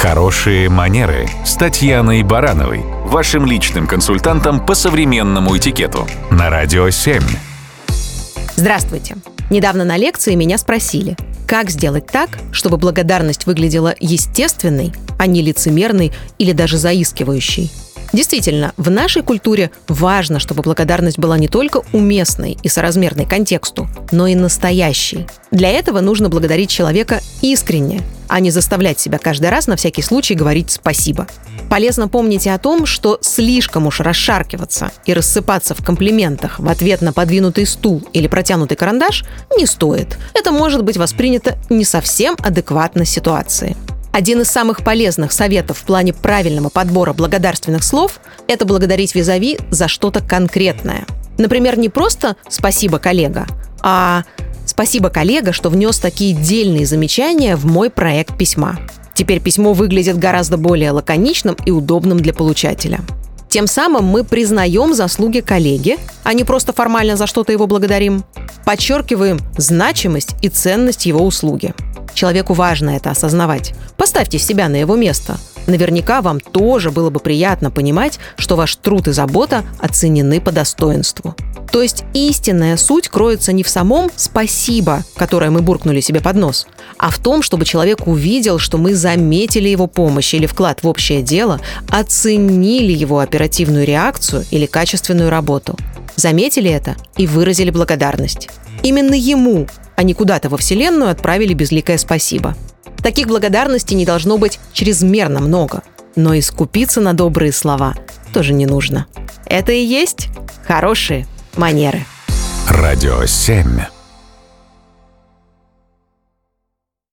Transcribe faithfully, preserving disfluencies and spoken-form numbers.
Хорошие манеры с Татьяной Барановой, вашим личным консультантом по современному этикету на Радио семь. Здравствуйте. Недавно на лекции меня спросили, как сделать так, чтобы благодарность выглядела естественной, а не лицемерной или даже заискивающей. Действительно, в нашей культуре важно, чтобы благодарность была не только уместной и соразмерной контексту, но и настоящей. Для этого нужно благодарить человека искренне, а не заставлять себя каждый раз на всякий случай говорить «спасибо». Полезно помнить и о том, что слишком уж расшаркиваться и рассыпаться в комплиментах в ответ на подвинутый стул или протянутый карандаш не стоит. Это может быть воспринято не совсем адекватно ситуации. Один из самых полезных советов в плане правильного подбора благодарственных слов – это благодарить визави за что-то конкретное. Например, не просто «спасибо, коллега», а «спасибо, коллега, что внес такие дельные замечания в мой проект письма». Теперь письмо выглядит гораздо более лаконичным и удобным для получателя. Тем самым мы признаем заслуги коллеги, а не просто формально за что-то его благодарим. Подчеркиваем значимость и ценность его услуги. Человеку важно это осознавать. Поставьте себя на его место. Наверняка вам тоже было бы приятно понимать, что ваш труд и забота оценены по достоинству. То есть истинная суть кроется не в самом «спасибо», которое мы буркнули себе под нос, а в том, чтобы человек увидел, что мы заметили его помощь или вклад в общее дело, оценили его оперативную реакцию или качественную работу. Заметили это и выразили благодарность. Именно ему, а не куда-то во Вселенную отправили безликое спасибо. Таких благодарностей не должно быть чрезмерно много, но и скупиться на добрые слова тоже не нужно. Это и есть хорошие манеры. Радио семь.